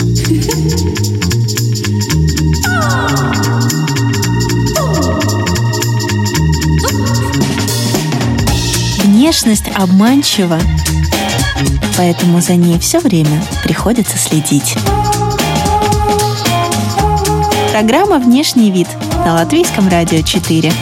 Внешность обманчива, поэтому за ней все время приходится следить. Программа «Внешний вид» на Латвийском радио 4.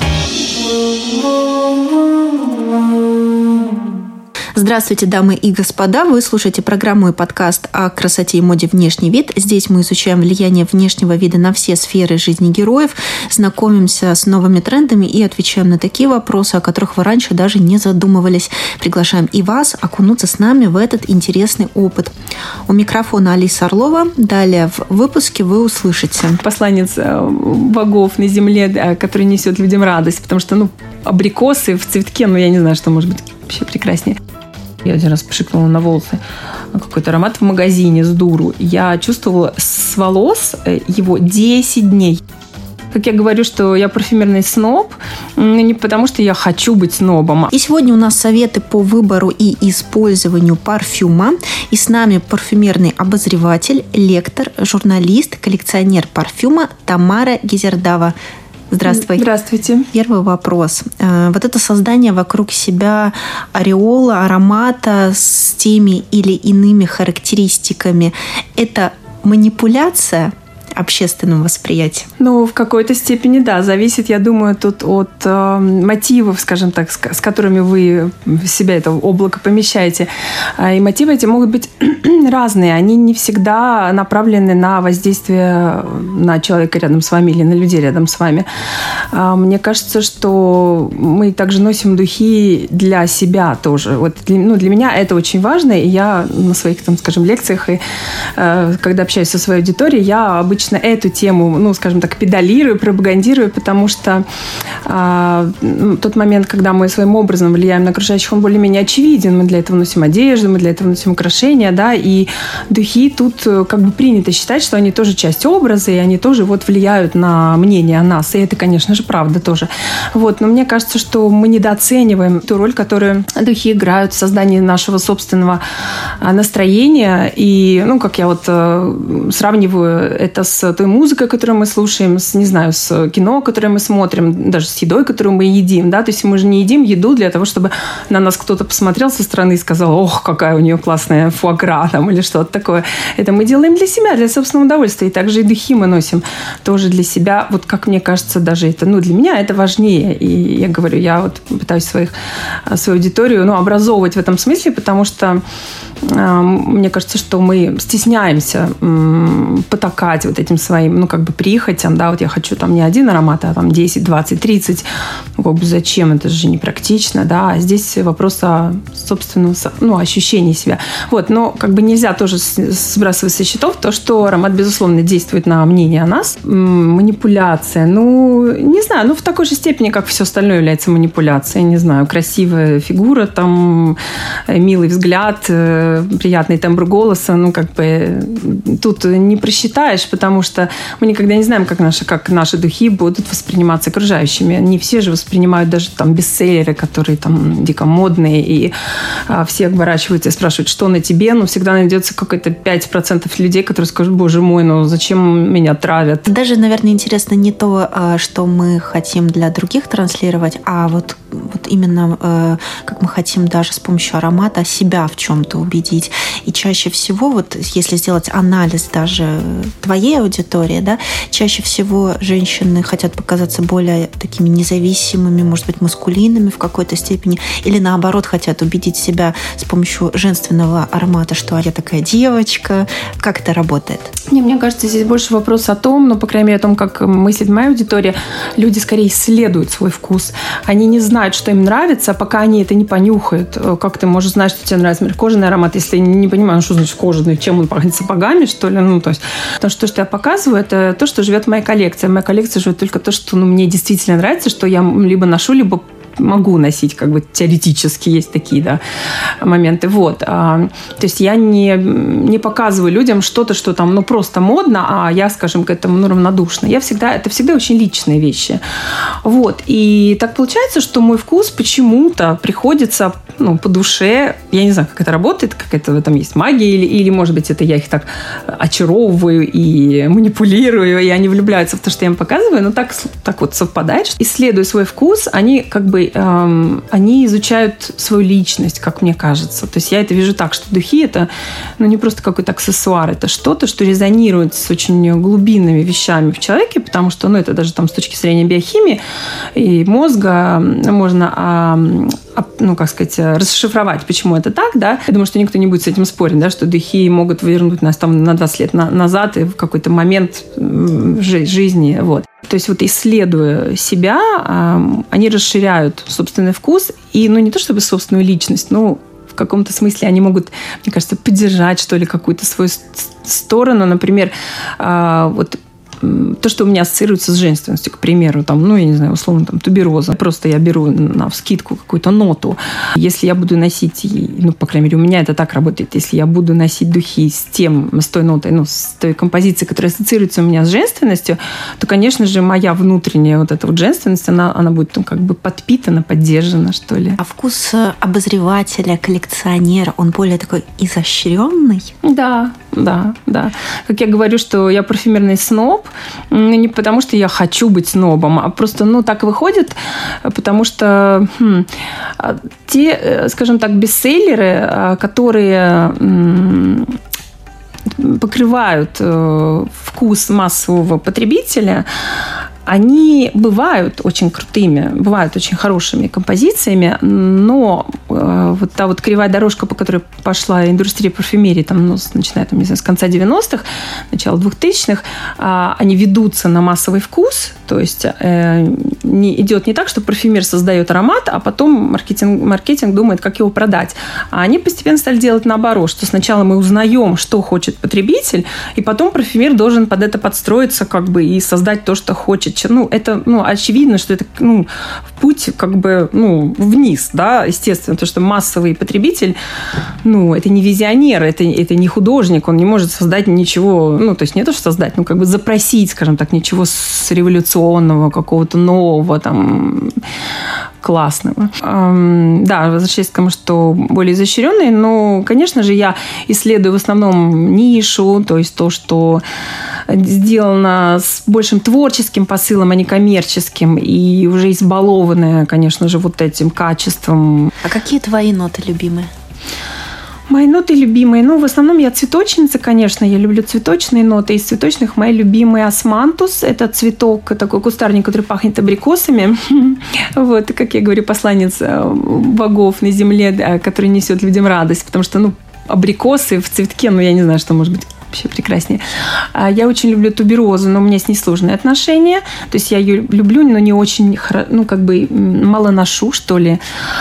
Здравствуйте, дамы и господа! Вы слушаете программу и подкаст о красоте и моде «Внешний вид». Здесь мы изучаем влияние внешнего вида на все сферы жизни героев, знакомимся с новыми трендами и отвечаем на такие вопросы, о которых вы раньше даже не задумывались. Приглашаем и вас окунуться с нами в этот интересный опыт. У микрофона Алиса Орлова. Далее в выпуске вы услышите. Посланец богов на земле, который несет людям радость, потому что, абрикосы в цветке, я не знаю, что может быть вообще прекраснее. Я один раз пшикнула на волосы какой-то аромат в магазине с дуру. Я чувствовала с волос его 10 дней. Как я говорю, что я парфюмерный сноб, не потому что я хочу быть снобом. И сегодня у нас советы по выбору и использованию парфюма. И с нами парфюмерный обозреватель, лектор, журналист, коллекционер парфюма Тамара Гизердава. Здравствуй. Здравствуйте. Первый вопрос. Вот это создание вокруг себя ореола, аромата с теми или иными характеристиками, это манипуляция общественным восприятием? В какой-то степени, да. Зависит, я думаю, тут от мотивов, скажем так, с которыми вы в себя это облако помещаете. И мотивы эти могут быть разные. Они не всегда направлены на воздействие на человека рядом с вами или на людей рядом с вами. Мне кажется, что мы также носим духи для себя тоже. Для меня это очень важно. И я на своих, лекциях, и когда общаюсь со своей аудиторией, я обычно эту тему, педалирую, пропагандирую, потому что тот момент, когда мы своим образом влияем на окружающих, он более-менее очевиден. Мы для этого носим одежду, мы для этого носим украшения, да, и духи тут принято считать, что они тоже часть образа, и они тоже влияют на мнение о нас. И это, конечно же, правда тоже. Но мне кажется, что мы недооцениваем ту роль, которую духи играют в создании нашего собственного настроения. И, как я сравниваю это с той музыкой, которую мы слушаем, с кино, которое мы смотрим, даже с едой, которую мы едим, да, то есть мы же не едим еду для того, чтобы на нас кто-то посмотрел со стороны и сказал: ох, какая у нее классная фуагра, или что-то такое. Это мы делаем для себя, для собственного удовольствия. И также и духи мы носим тоже для себя. Как мне кажется, даже это, для меня это важнее. И я говорю, я пытаюсь свою аудиторию, образовывать в этом смысле, потому что мне кажется, что мы стесняемся потакать этим своим, прихотям, да, я хочу не один аромат, а 10, 20, 30. Зачем? Это же непрактично, да. А здесь вопрос о собственном, ощущении себя. Но нельзя тоже сбрасывать со счетов то, что аромат, безусловно, действует на мнение о нас. Манипуляция. Не знаю, в такой же степени, как все остальное является манипуляцией. Не знаю, красивая фигура, милый взгляд, приятный тембр голоса, тут не просчитаешь, потому что мы никогда не знаем, как наши духи будут восприниматься окружающими. Не все же воспринимают даже бестселлеры, которые дико модные, и все оборачиваются и спрашивают, что на тебе, всегда найдется какой-то 5% людей, которые скажут: боже мой, зачем меня травят? Даже, наверное, интересно не то, что мы хотим для других транслировать, а именно как мы хотим даже с помощью аромата себя в чем-то убедить. И чаще всего, если сделать анализ даже твоей аудитории, да, чаще всего женщины хотят показаться более такими независимыми, может быть, маскулинными в какой-то степени, или наоборот хотят убедить себя с помощью женственного аромата, что я такая девочка. Как это работает? Мне кажется, здесь больше вопрос о том, по крайней мере, о том, как мыслит моя аудитория. Люди скорее исследуют свой вкус. Они не знают, что им нравится, пока они это не понюхают. Как ты можешь знать, что тебе нравится кожаный аромат, если не понимаю, что значит кожаный, чем он пахнет, сапогами, что ли? Потому что то, что я показываю, это то, что живет в моей коллекции. Моя коллекция живет только то, что мне действительно нравится, что я либо ношу, либо могу носить, как бы теоретически есть такие, да, моменты. Вот. То есть я не показываю людям что-то, что там, ну, просто модно, а я, скажем, к этому, ну, равнодушна. Это всегда очень личные вещи. Вот. И так получается, что мой вкус почему-то приходится, ну, по душе. Я не знаю, как это работает, как это в этом есть магия, или может быть, это я их так очаровываю и манипулирую, и они влюбляются в то, что я им показываю. Но так вот совпадает, что, исследуя свой вкус, они как бы они изучают свою личность, как мне кажется. То есть я это вижу так, что духи – это, ну, не просто какой-то аксессуар, это что-то, что резонирует с очень глубинными вещами в человеке, потому что, ну, это даже там с точки зрения биохимии и мозга можно, ну, как сказать, расшифровать, почему это так, да. Я думаю, что никто не будет с этим спорить, да, что духи могут вернуть нас там на 20 лет назад и в какой-то момент жизни, вот. То есть вот исследуя себя, они расширяют собственный вкус и, ну, не то чтобы собственную личность, но в каком-то смысле они могут, мне кажется, поддержать, что ли, какую-то свою сторону. Например, вот то, что у меня ассоциируется с женственностью, к примеру, там, ну, я не знаю, условно, там, тубероза. Просто я беру навскидку какую-то ноту. Если я буду носить, ну, по крайней мере, у меня это так работает, если я буду носить духи с той нотой, ну, с той композицией, которая ассоциируется у меня с женственностью, то, конечно же, моя внутренняя вот эта вот женственность, она будет, ну, как бы подпитана, поддержана, что ли. А вкус обозревателя, коллекционера, он более такой изощренный? Да. Как я говорю, что я парфюмерный сноб, не потому что я хочу быть снобом, а просто, ну, так выходит, потому что те, скажем так, бестселлеры, которые покрывают вкус массового потребителя, они бывают очень крутыми, бывают очень хорошими композициями, но вот та вот кривая дорожка, по которой пошла индустрия парфюмерии, там, ну, начиная там, не знаю, с конца 90-х, начала 2000-х, они ведутся на массовый вкус, то есть идет не так, что парфюмер создает аромат, а потом маркетинг думает, как его продать. А они постепенно стали делать наоборот, что сначала мы узнаем, что хочет потребитель, и потом парфюмер должен под это подстроиться, как бы, и создать то, что хочет. Ну, это, ну, очевидно, что это, ну, путь, как бы, ну, вниз, да, естественно, потому что массовый потребитель, ну, это не визионер, это не художник, он не может создать ничего, ну, то есть не то, что создать, ну, как бы запросить, скажем так, ничего с революционного, какого-то нового, там, классного. Да, возвращаясь к тому, что более изощренные, но, конечно же, я исследую в основном нишу, то есть то, что сделано с большим творческим посылом, а не коммерческим, и уже избалованное, конечно же, вот этим качеством. А какие твои ноты любимые? Мои ноты любимые. Ну, в основном я цветочница, конечно. Я люблю цветочные ноты. Из цветочных мои любимые османтус. Это цветок, такой кустарник, который пахнет абрикосами. Вот, как я говорю, посланец богов на земле, который несет людям радость. Потому что, ну, абрикосы в цветке, ну, я не знаю, что может быть вообще прекраснее. Я очень люблю туберозу, но у меня с ней сложные отношения. То есть я ее люблю, но не очень, ну, как бы мало ношу, что ли.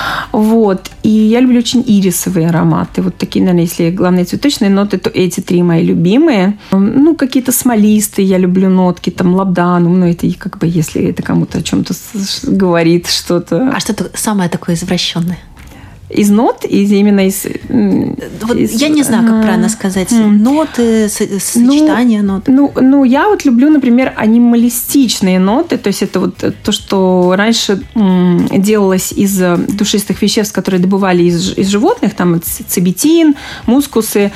Вот. И я люблю очень ирисовые ароматы. Вот такие, наверное, если главные цветочные ноты, то эти три мои любимые. Ну, какие-то смолистые я люблю нотки, там, лабданум, ну, это как бы, если это кому-то о чем-то говорит, что-то. А что-то самое такое извращенное? Из нот, именно из... Вот я не знаю, как правильно сказать. Ноты, сочетания нот. Ну, я вот люблю, например, анималистичные ноты. То есть это вот то, что раньше делалось из душистых веществ, которые добывали из животных. Там цибетин, мускусы,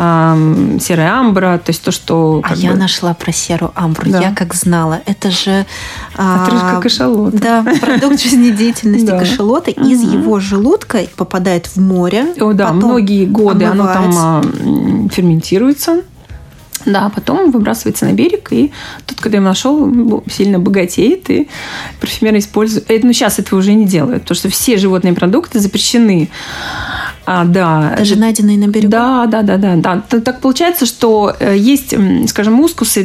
серая амбра. То есть то, что... Я нашла про серую амбру. Да. Я как знала. Это же... Отрыжка кашалота. Да, продукт жизнедеятельности кашалота. Из его желудка попадает в море. О, да, многие годы оно там ферментируется. Да, потом выбрасывается на берег, и тот, когда его нашел, сильно богатеет, и парфюмеры используют... Ну, сейчас этого уже не делают, потому что все животные продукты запрещены. Да. Даже найденные на берегу? Да. Так получается, что есть, скажем, мускусы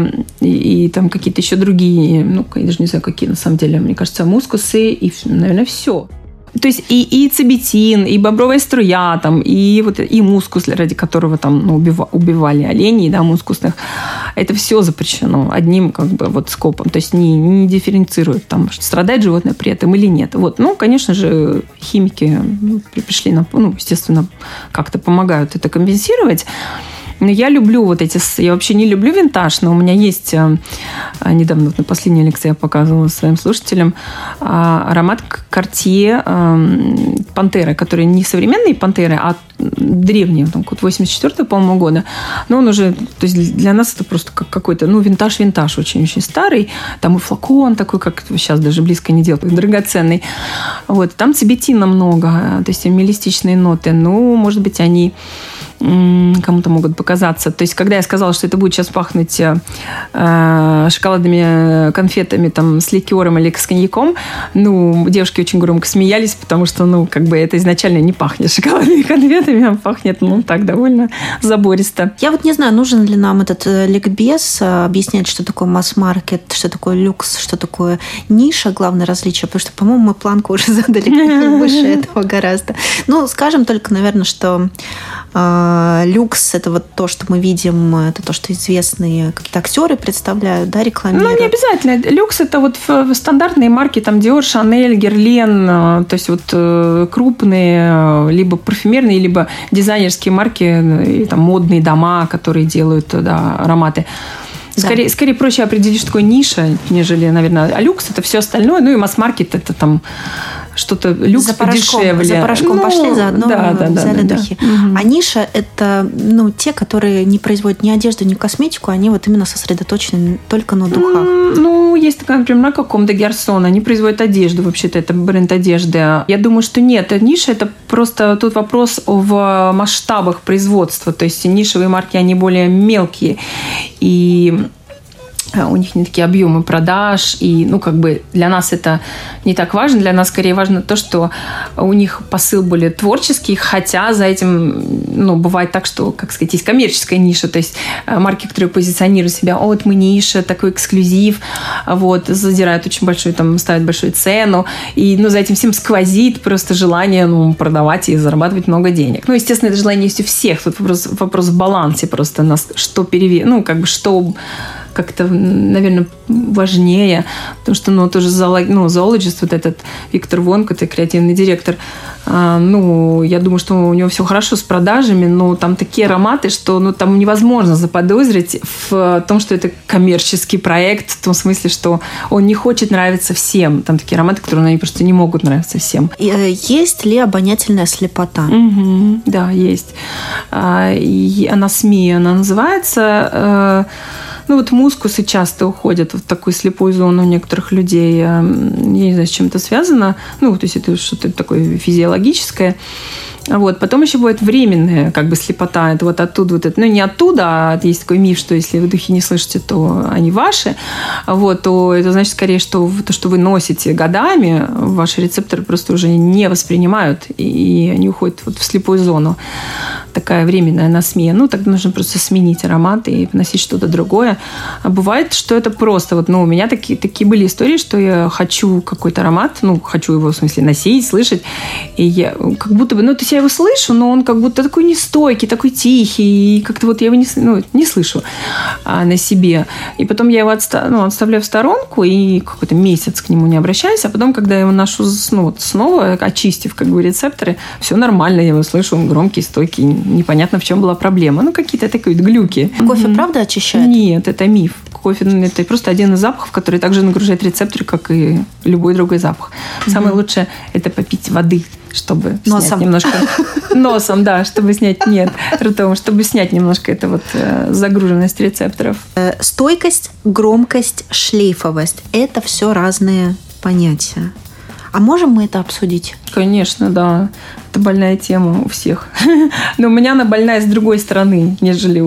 и там какие-то еще другие, ну, я даже не знаю, какие на самом деле, мне кажется, мускусы, и, наверное, все. То есть и цибетин, и бобровая струя, там, и мускус, ради которого там, ну, убивали оленей, да, мускусных. это все запрещено одним как бы вот скопом. То есть не дифференцируют, там, страдает животное при этом или нет. Вот. Ну, конечно же, химики пришли, естественно, как-то помогают это компенсировать. Но я люблю вот эти... Я вообще не люблю винтаж, но у меня есть... Недавно на последней лекции я показывала своим слушателям аромат Cartier Пантеры, которые не современные Пантеры, а древние, там, 84-го, по-моему, года. Но он уже... То есть для нас это просто как какой-то... винтаж очень-очень старый. Там и флакон такой, как сейчас даже близко не делают, драгоценный. Вот. Там цибетина много, то есть мелистичные ноты. Может быть, они... кому-то могут показаться. То есть, когда я сказала, что это будет сейчас пахнуть шоколадными конфетами там, с ликером или с коньяком, девушки очень громко смеялись, потому что, это изначально не пахнет шоколадными конфетами, а пахнет, так, довольно забористо. Я вот не знаю, нужен ли нам этот ликбез, объяснять, что такое масс-маркет, что такое люкс, что такое ниша, главное различие, потому что, по-моему, мы планку уже задали выше этого гораздо. Скажем только, наверное, что люкс – это вот то, что мы видим, это то, что известные какие-то актеры представляют, да, рекламируют. Не обязательно. Люкс – это вот стандартные марки, там, Dior, Chanel, Guerlain, то есть вот крупные, либо парфюмерные, либо дизайнерские марки, и, там, модные дома, которые делают ароматы. Скорее проще определить, что такое ниша, нежели, наверное, а люкс – это все остальное. И масс-маркет – это там что-то люкс подешевле. За порошком пошли, заодно взяли духи. Угу. А ниша – это те, которые не производят ни одежду, ни косметику, они вот именно сосредоточены только на духах. Есть такая, например, на каком-то Герсон. Они производят одежду, вообще-то это бренд одежды. Я думаю, что нет, ниша – это просто тут вопрос в масштабах производства. То есть нишевые марки, они более мелкие. И у них не такие объемы продаж, и, для нас это не так важно. Для нас скорее важно то, что у них посыл более творческий, хотя за этим, бывает так, что, есть коммерческая ниша, то есть марки, которые позиционируют себя, вот мы ниша, такой эксклюзив, задирают очень большую, ставят большую цену, и, за этим всем сквозит просто желание, продавать и зарабатывать много денег. Естественно, это желание есть у всех, тут вопрос в балансе просто, что что как-то, наверное, важнее, потому что, тоже зоологист, вот этот Виктор Вонг, это креативный директор, я думаю, что у него все хорошо с продажами, но там такие ароматы, что, там невозможно заподозрить в том, что это коммерческий проект, в том смысле, что он не хочет нравиться всем. Там такие ароматы, которые они просто не могут нравиться всем. Есть ли обонятельная слепота? Угу, да, есть. И анасмия, она называется. Мускусы часто уходят в такую слепую зону у некоторых людей. Я не знаю, с чем это связано. То есть это что-то такое физиологическое. Потом еще бывает временная слепота. Это вот оттуда не оттуда, а есть такой миф, что если вы духи не слышите, то они ваши. То это значит скорее, что то, что вы носите годами, ваши рецепторы просто уже не воспринимают, и они уходят в слепую зону. Такая временная анасмия. Тогда нужно просто сменить аромат и носить что-то другое. А бывает, что это просто. У меня такие были истории, что я хочу какой-то аромат, хочу его, в смысле, носить, слышать, и я как будто бы, то есть я его слышу, но он как будто такой нестойкий, такой тихий, и как-то я его не слышу на себе. И потом я его отставляю в сторонку и какой-то месяц к нему не обращаюсь, а потом, когда я его ношу снова, очистив рецепторы, все нормально, я его слышу, он громкий, стойкий, непонятно, в чем была проблема. Какие-то такие глюки. Кофе правда очищает? Нет, это миф. Кофе – это просто один из запахов, который также нагружает рецепторы, как и любой другой запах. Самое лучшее – это попить воды, чтобы снять немножко... Носом, да, чтобы снять... Нет, ртом, чтобы снять немножко эту загруженность рецепторов. Стойкость, громкость, шлейфовость – это все разные понятия. А можем мы это обсудить? Конечно, да. Это больная тема у всех. Но у меня она больная с другой стороны, нежели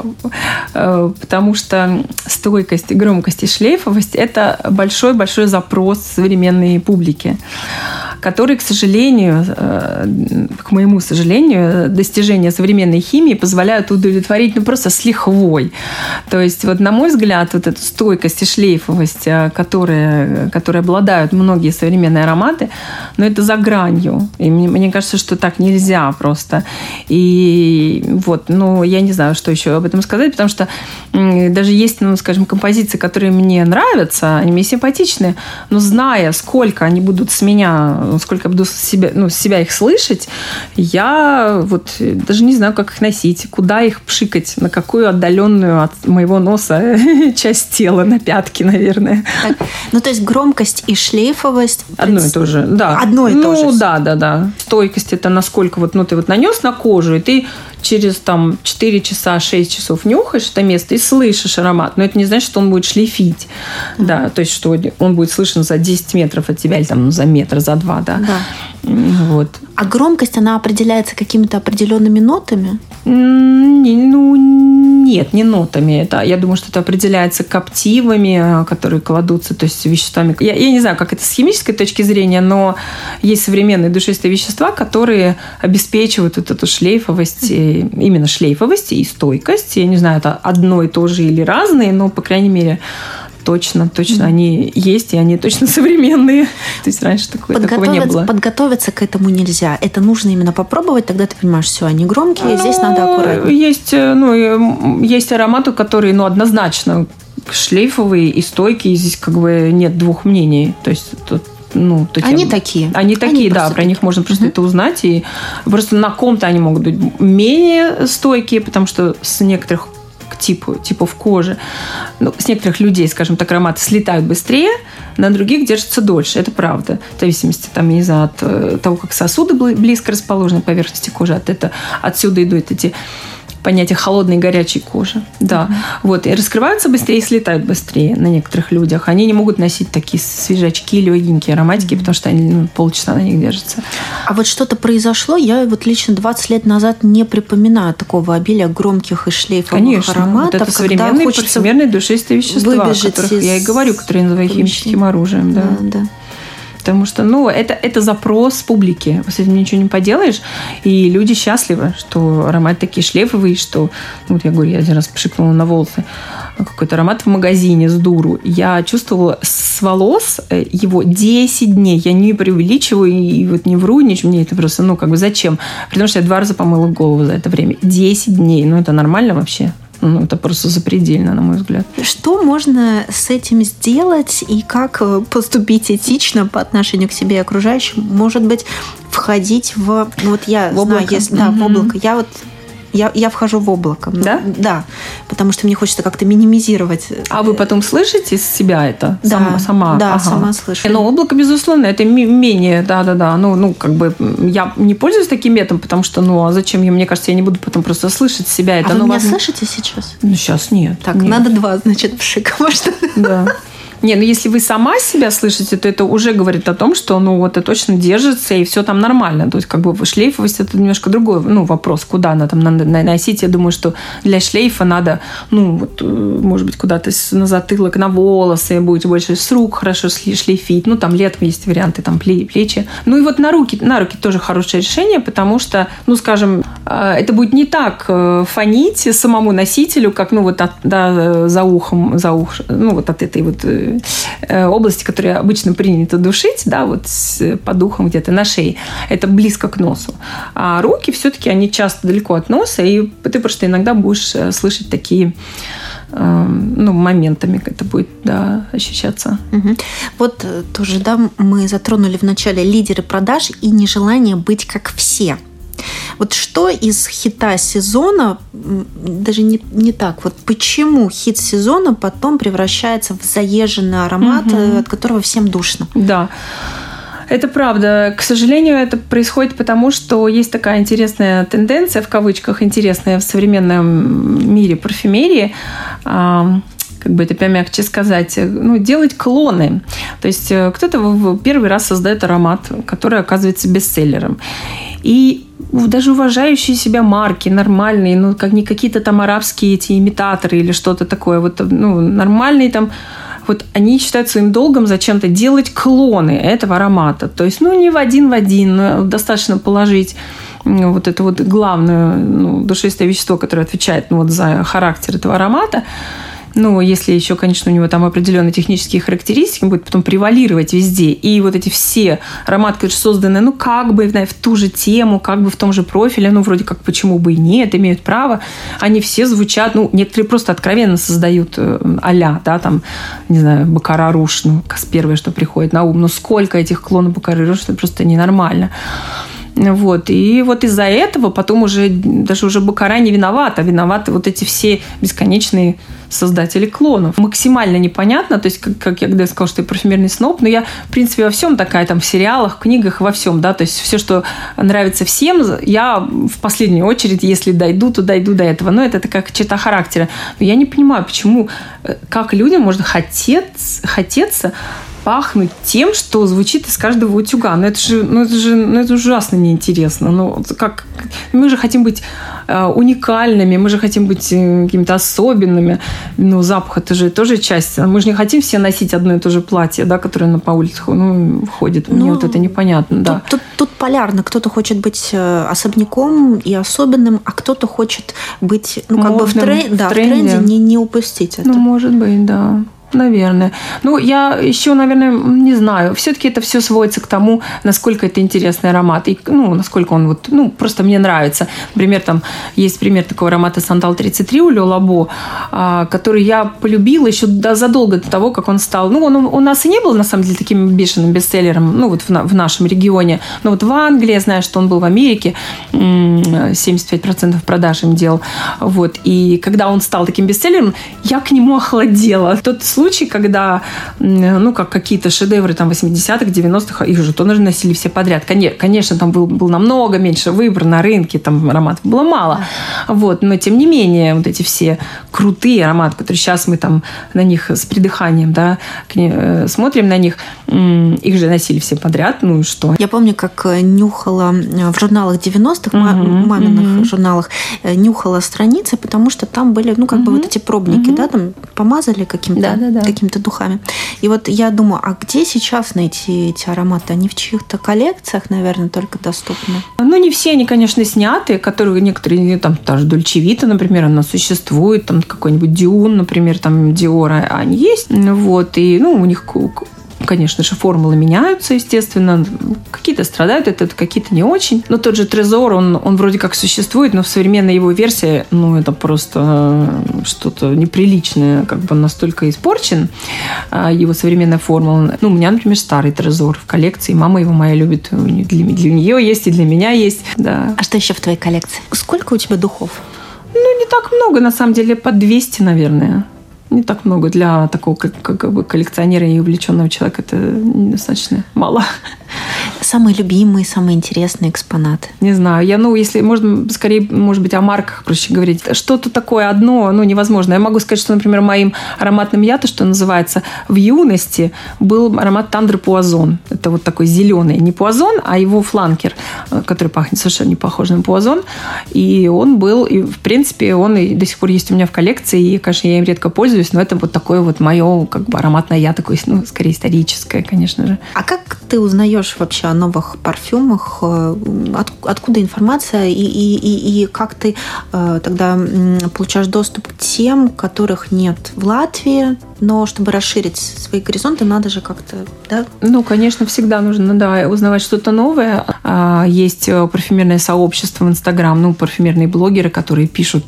потому что стойкость, громкость и шлейфовость – это большой-большой запрос современной публики. которые, к сожалению, к моему сожалению, достижения современной химии позволяют удовлетворить просто с лихвой. То есть, вот, на мой взгляд, вот эта стойкость и шлейфовость, которые обладают многие современные ароматы, но это за гранью. И мне кажется, что так нельзя просто. И вот, я не знаю, что еще об этом сказать, потому что даже есть, скажем, композиции, которые мне нравятся, они мне симпатичны, но зная, сколько они будут с меня, сколько я буду себя их слышать, я вот даже не знаю, как их носить, куда их пшикать, на какую отдаленную от моего носа часть тела, на пятки, наверное. То есть громкость и шлейфовость... Одно и то же, да. Одно и то же. Да. Стойкость – это насколько ты нанес на кожу, и ты через 4 часа, 6 часов нюхаешь это место и слышишь аромат. Но это не значит, что он будет шлейфить. Да, то есть, что он будет слышен за 10 метров от тебя или за метр, за 2, да. Вот. А громкость, она определяется какими-то определенными нотами? Нет, не нотами. Это, я думаю, что это определяется коптивами, которые кладутся, то есть веществами. Я не знаю, как это с химической точки зрения, но есть современные душистые вещества, которые обеспечивают вот эту шлейфовость, именно шлейфовость и стойкость. Я не знаю, это одно и то же или разные, но, по крайней мере, точно они есть, и они точно современные. То есть раньше такого не было. Подготовиться к этому нельзя. Это нужно именно попробовать, тогда ты понимаешь, все, они громкие, здесь надо аккуратно. Есть ароматы, которые, однозначно шлейфовые и стойкие. Здесь нет двух мнений. То есть они такие. Они такие, да, про них можно просто это узнать. И просто на ком-то они могут быть менее стойкие, потому что с некоторых типов кожи. С некоторых людей, скажем так, ароматы слетают быстрее, на других держатся дольше. Это правда. В зависимости, от того, как сосуды близко расположены к поверхности кожи. Отсюда идут эти понятие холодной и горячей кожи. Да. Вот. И раскрываются быстрее и слетают быстрее на некоторых людях. Они не могут носить такие свежачки, легенькие ароматики, потому что они полчаса на них держатся. А вот что-то произошло, я лично 20 лет назад не припоминаю такого обилия громких и шлейфовых ароматов. Вот это современные парфюмерные душистые вещества, о которых я и говорю, которые я называю химическим оружием. Да. Потому что, это запрос публики. С этим ничего не поделаешь. И люди счастливы, что ароматы такие шлейфовые, что, я говорю, я один раз пшикнула на волосы какой-то аромат в магазине с дуру. Я чувствовала с волос его 10 дней. Я не преувеличиваю и не вру, ничего. Мне это просто, зачем? Потому что я 2 раза помыла голову за это время. 10 дней. Это нормально вообще? Это просто запредельно, на мой взгляд. Что можно с этим сделать и как поступить этично по отношению к себе и окружающим? Может быть, входить в... я в облако. Знаю, в облако. Я вхожу в облако. Да? Да. Потому что мне хочется как-то минимизировать. А вы потом слышите себя это? Да. Сама? Да, сама слышу. Облако, безусловно, это менее... Да. Я не пользуюсь таким методом, потому что, а зачем? Мне кажется, я не буду потом просто слышать себя. Вы меня слышите сейчас? Сейчас нет. Так, нет. Надо 2, пшика, может. Да. Если вы сама себя слышите, то это уже говорит о том, что это точно держится, и все там нормально. То есть, шлейфовость – это немножко другой вопрос, куда она там надо наносить. Я думаю, что для шлейфа надо, может быть, куда-то на затылок, на волосы, будете больше с рук хорошо шлейфить. Там летом есть варианты, плечи. И на руки тоже хорошее решение, потому что, скажем, это будет не так фонить самому носителю, как, за ухом, от этой области, которые обычно принято душить, под ухом где-то на шее. Это близко к носу. А руки все-таки, они часто далеко от носа, и ты просто иногда будешь слышать такие моментами это будет ощущаться. Угу. Вот тоже, мы затронули в начале лидеры продаж и нежелание быть как все. Вот что из хита сезона, даже не так, почему хит сезона потом превращается в заезженный аромат, от которого всем душно? Да. Это правда. К сожалению, это происходит потому, что есть такая интересная тенденция, в кавычках, интересная в современном мире парфюмерии, это помягче сказать, делать клоны. То есть кто-то в первый раз создает аромат, который оказывается бестселлером. И даже уважающие себя марки, нормальные, как не какие-то там арабские эти имитаторы или что-то такое, нормальные вот они считают своим долгом зачем-то делать клоны этого аромата. То есть, не в один, но достаточно положить вот это вот главное душистое вещество, которое отвечает за характер этого аромата. Если еще, конечно, у него там определенные технические характеристики, будет потом превалировать везде. И вот эти все ароматы, которые созданы, как бы в ту же тему, как бы в том же профиле, вроде как почему бы и нет, имеют право, они все звучат, некоторые просто откровенно создают а-ля, да, там, не знаю, Баккара Руж, первое, что приходит на ум. Сколько этих клонов Баккара Руж, это просто ненормально. И вот из-за этого потом уже даже Баккара не виновата. Виноваты вот эти все бесконечные создатели клонов. Максимально непонятно, то есть, как я когда сказала, что я парфюмерный сноб, но я, в принципе, во всем такая, там, в сериалах, в книгах, во всем, да, то есть, все, что нравится всем, я в последнюю очередь, если дойду, то дойду до этого. Но это как черта характера. Но я не понимаю, почему, как людям можно хотеться пахнуть тем, что звучит из каждого утюга. Это же ужасно неинтересно. Мы же хотим быть уникальными, мы же хотим быть какими-то особенными. Запах – это же тоже часть. Мы же не хотим все носить одно и то же платье, да, которое по улицах ходит. Мне вот это непонятно. Да. Тут полярно. Кто-то хочет быть особняком и особенным, а кто-то хочет быть в тренде не упустить это. Может быть, да. Наверное. Я еще, наверное, не знаю. Все-таки это все сводится к тому, насколько это интересный аромат. И, насколько он просто мне нравится. Например, там есть пример такого аромата Сантал 33 у Ле Лабо, который я полюбила еще задолго до того, как он стал. Он у нас и не был, на самом деле, таким бешеным бестселлером, в нашем регионе. Но в Англии, я знаю, что он был в Америке, 75% продаж им делал. И когда он стал таким бестселлером, я к нему охладела. Тот случай, когда, как какие-то шедевры там 80-х, 90-х, их же тоже носили все подряд. Конечно, там был намного меньше выбор на рынке, там ароматов было мало. Но, тем не менее, вот эти все крутые ароматы, которые сейчас мы там на них с придыханием, да, смотрим на них, их же носили все подряд, и что? Я помню, как нюхала в журналах 90-х, маминых журналах, нюхала страницы, потому что там были, вот эти пробники, да, там помазали какими-то духами. И вот я думаю, а где сейчас найти эти ароматы? Они в чьих-то коллекциях, наверное, только доступны? Не все они, конечно, сняты, которые некоторые, там, та же Дольче Вита, например, она существует, там какой-нибудь Дион, например, там Диора, они есть. И, у них, конечно же, формулы меняются, естественно. Какие-то страдают, какие-то не очень. Но тот же Трезор, он вроде как существует, но в современной его версии, это просто что-то неприличное, настолько испорчен его современная формула. У меня, например, старый Трезор в коллекции. Мама его моя любит. Для нее есть и для меня есть. Да. А что еще в твоей коллекции? Сколько у тебя духов? Не так много, на самом деле, под 200, наверное. Не так много для такого коллекционера и увлеченного человека. Это недостаточно мало. Самые любимые, самые интересные экспонаты? Не знаю. Если можно, скорее, может быть, о марках, проще говорить. Что-то такое одно, невозможно. Я могу сказать, что, например, моим ароматным ято, что называется, в юности был аромат Тандр Пуазон. Это вот такой зеленый. Не пуазон, а его фланкер, который пахнет совершенно не похож на пуазон. И он был, и, в принципе, он и до сих пор есть у меня в коллекции. И, конечно, я им редко пользуюсь, но это вот такое вот мое ароматное ято, такое, скорее историческое, конечно же. А как ты узнаешь вообще о новых парфюмах? Откуда информация? И как ты тогда получаешь доступ к тем, которых нет в Латвии? Но чтобы расширить свои горизонты, надо же как-то, да? Конечно, всегда нужно, узнавать что-то новое. Есть парфюмерное сообщество в Инстаграм, парфюмерные блогеры, которые пишут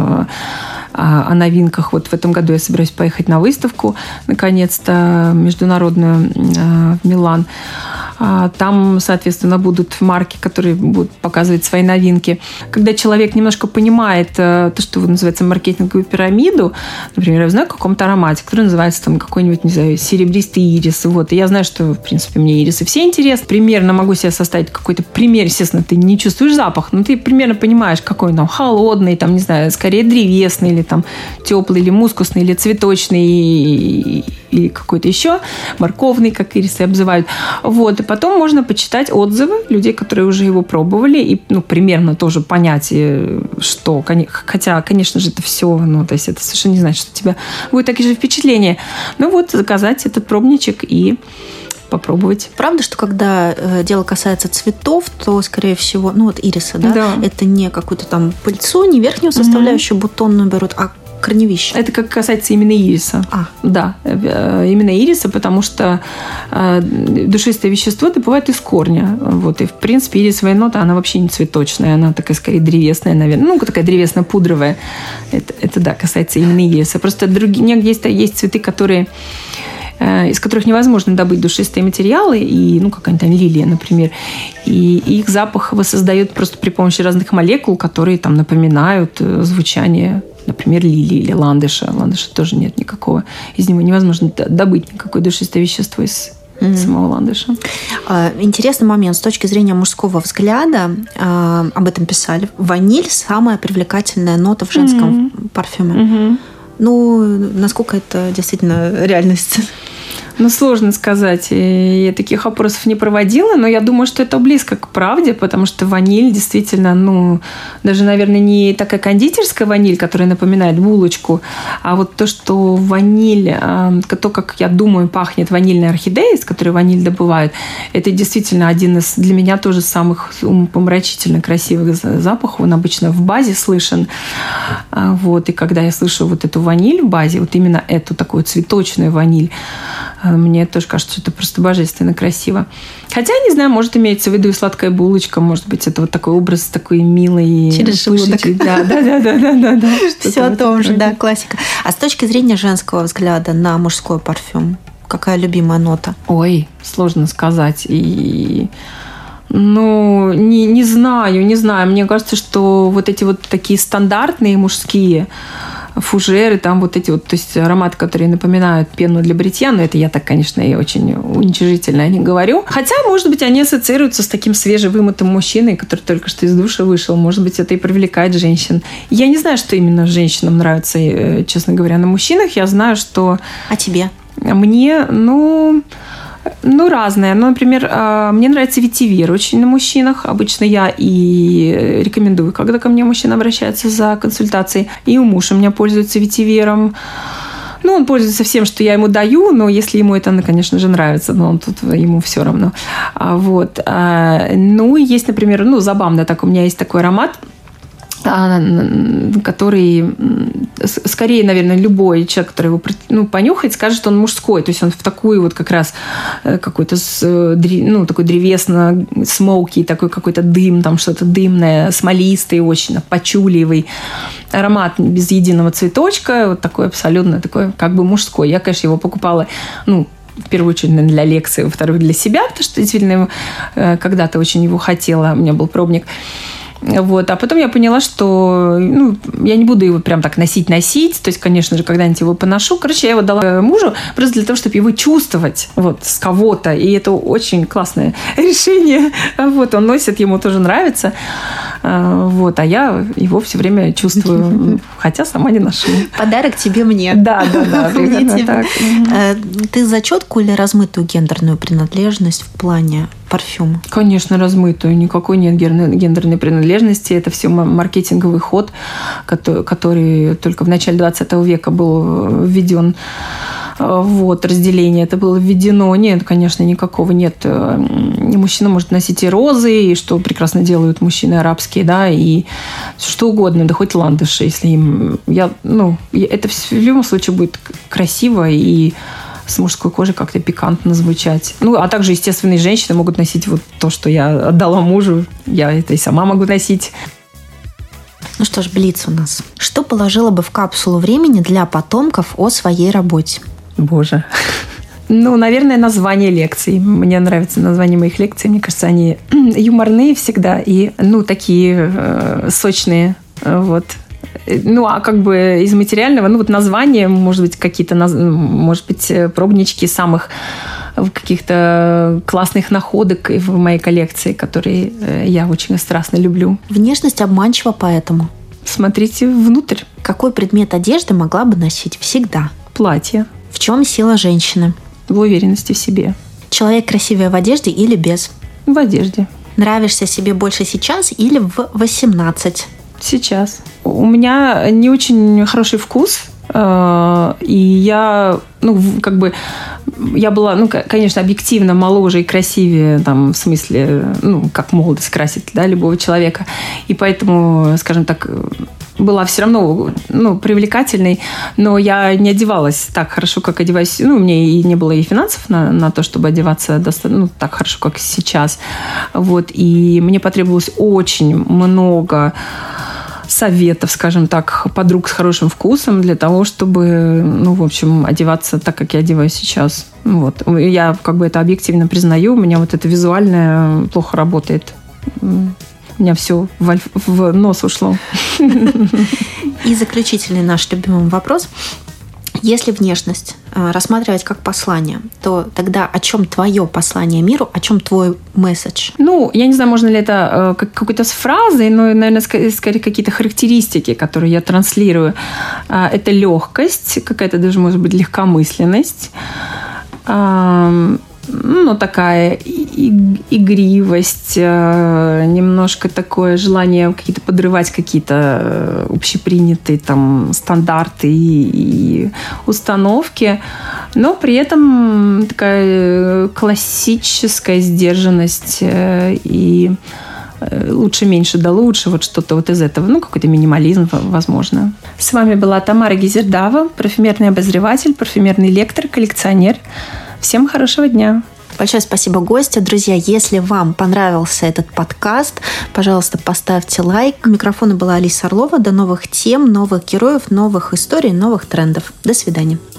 о новинках. Вот в этом году я собираюсь поехать на выставку, наконец-то, международную в Милан. Там, соответственно, будут марки, которые будут показывать свои новинки. Когда человек немножко понимает то, что называется маркетинговую пирамиду, например, я знаю о каком-то аромате, который называется там какой-нибудь, не знаю, серебристый ирис. И я знаю, что, в принципе, мне ирисы все интересны. Примерно могу себе составить какой-то пример. Естественно, ты не чувствуешь запах, но ты примерно понимаешь, какой он там холодный, там, не знаю, скорее древесный, или там теплый, или мускусный, или цветочный, или какой-то еще, морковный, как ирисы обзывают. Вот. И потом можно почитать отзывы людей, которые уже его пробовали, и примерно тоже понять, что, хотя, конечно же, это все, то есть это совершенно не значит, что у тебя будет такие же впечатления. Заказать этот пробничек и попробовать. Правда, что когда дело касается цветов, то, скорее всего, ириса, да, это не какую-то там пыльцу, не верхнюю составляющую бутонную берут, а корневище. Это как касается именно ириса. Да, именно ириса, потому что душистое вещество добывают из корня. Вот. И, в принципе, ирисовая нота, она вообще не цветочная, она такая, скорее, древесная, наверное. Такая древесно-пудровая. Это да, касается именно ириса. Просто есть цветы, из которых невозможно добыть душистые материалы, и, какая-нибудь там лилия, например, и их запах воссоздают просто при помощи разных молекул, которые там напоминают звучание, например, лилии или ландыша. Ландыша тоже нет никакого, из него невозможно добыть никакое душистое вещество из самого ландыша. Интересный момент. С точки зрения мужского взгляда, об этом писали, ваниль – самая привлекательная нота в женском парфюме. Насколько это действительно реальность? Сложно сказать. Я таких опросов не проводила, но я думаю, что это близко к правде, потому что ваниль действительно, даже, наверное, не такая кондитерская ваниль, которая напоминает булочку, а вот то, что ваниль, то, как я думаю, пахнет ванильной орхидеей, из которой ваниль добывают, это действительно один из, для меня тоже самых умопомрачительно красивых запахов. Он обычно в базе слышен. Вот. И когда я слышу вот эту ваниль в базе, вот именно эту такую цветочную ваниль, мне тоже кажется, что это просто божественно красиво. Хотя, не знаю, может, имеется в виду и сладкая булочка, может быть, это вот такой образ такой милый. Через желудок. Да. Все о том же, да, классика. А с точки зрения женского взгляда на мужской парфюм, какая любимая нота? Ой, сложно сказать. Не знаю. Мне кажется, что вот эти вот такие стандартные мужские фужеры, там вот эти вот, то есть ароматы, которые напоминают пену для бритья, но это я так, конечно, и очень уничижительно о них говорю. Хотя, может быть, они ассоциируются с таким свежевымытым мужчиной, который только что из душа вышел. Может быть, это и привлекает женщин. Я не знаю, что именно женщинам нравится, честно говоря, на мужчинах. Я знаю, что... А тебе? Мне, разное. Например, мне нравится ветивер очень на мужчинах. Обычно я и рекомендую, когда ко мне мужчина обращается за консультацией. И у мужа у меня пользуется ветивером. Он пользуется всем, что я ему даю, но если ему это, конечно же, нравится, но тут ему все равно. Вот. Есть, например, забавно так, у меня есть такой аромат, который, скорее, наверное, любой человек, который его понюхает, скажет, что он мужской. То есть он в такую вот как раз какой-то такой древесно-смоуки, такой какой-то дым, там что-то дымное, смолистый, очень почуливый аромат без единого цветочка, вот такой абсолютно такой как бы мужской. Я, конечно, его покупала, в первую очередь, наверное, для лекции, во-вторых, для себя, потому что действительно когда-то очень его хотела, у меня был пробник. Вот. А потом я поняла, что я не буду его прям так носить. То есть, конечно же, когда-нибудь его поношу. Короче, я его дала мужу просто для того, чтобы его чувствовать с кого-то. И это очень классное решение. Вот. Он носит, ему тоже нравится. Вот. А я его все время чувствую, хотя сама не ношу. Подарок тебе мне. Да. Примерно так. Ты за четкую или размытую гендерную принадлежность в плане парфюма? Конечно, размытую. Никакой нет гендерной принадлежности. Это все маркетинговый ход, который только в начале 20 века был введен. Вот, разделение это было введено. Нет, конечно, никакого нет. Мужчина может носить и розы, и что прекрасно делают мужчины арабские, да, и что угодно, да хоть ландыши, если им... это в любом случае будет красиво и с мужской кожей как-то пикантно звучать. А также, естественно, и женщины могут носить вот то, что я отдала мужу. Я это и сама могу носить. Ну что ж, блиц у нас. Что положила бы в капсулу времени для потомков о своей работе? Боже. Наверное, название лекций. Мне нравится название моих лекций. Мне кажется, они юморные всегда и, такие сочные. Вот. А как бы из материального, название, может быть, какие-то, может быть, пробнички самых каких-то классных находок в моей коллекции, которые я очень страстно люблю. Внешность обманчива, поэтому смотрите внутрь. Какой предмет одежды могла бы носить всегда? Платье. В чем сила женщины? В уверенности в себе. Человек красивее в одежде или без? В одежде. Нравишься себе больше сейчас или в 18? Сейчас. У меня не очень хороший вкус, и я, я была, конечно, объективно моложе и красивее, там, в смысле, как молодость красит, да, любого человека. И поэтому, скажем так, была все равно, привлекательной, но я не одевалась так хорошо, как одеваюсь. У меня и не было и финансов на то, чтобы одеваться так хорошо, как сейчас. Вот. И мне потребовалось очень много советов, скажем так, подруг с хорошим вкусом для того, чтобы, в общем, одеваться так, как я одеваюсь сейчас. Вот. Я это объективно признаю. У меня вот это визуальное плохо работает. У меня все в нос ушло. И заключительный наш любимый вопрос. Если внешность рассматривать как послание, то тогда о чем твое послание миру, о чем твой месседж? Я не знаю, можно ли это какой-то с фразой, но, наверное, скорее какие-то характеристики, которые я транслирую. Это легкость, какая-то даже, может быть, легкомысленность, такая игривость, немножко такое желание какие-то подрывать какие-то общепринятые там стандарты и установки, но при этом такая классическая сдержанность и лучше, меньше, да лучше, вот что-то вот из этого, какой-то минимализм, возможно. С вами была Тамара Гизердава, парфюмерный обозреватель, парфюмерный лектор, коллекционер. Всем хорошего дня. Большое спасибо, гостю. Друзья, если вам понравился этот подкаст, пожалуйста, поставьте лайк. У микрофона была Алиса Орлова. До новых тем, новых героев, новых историй, новых трендов. До свидания.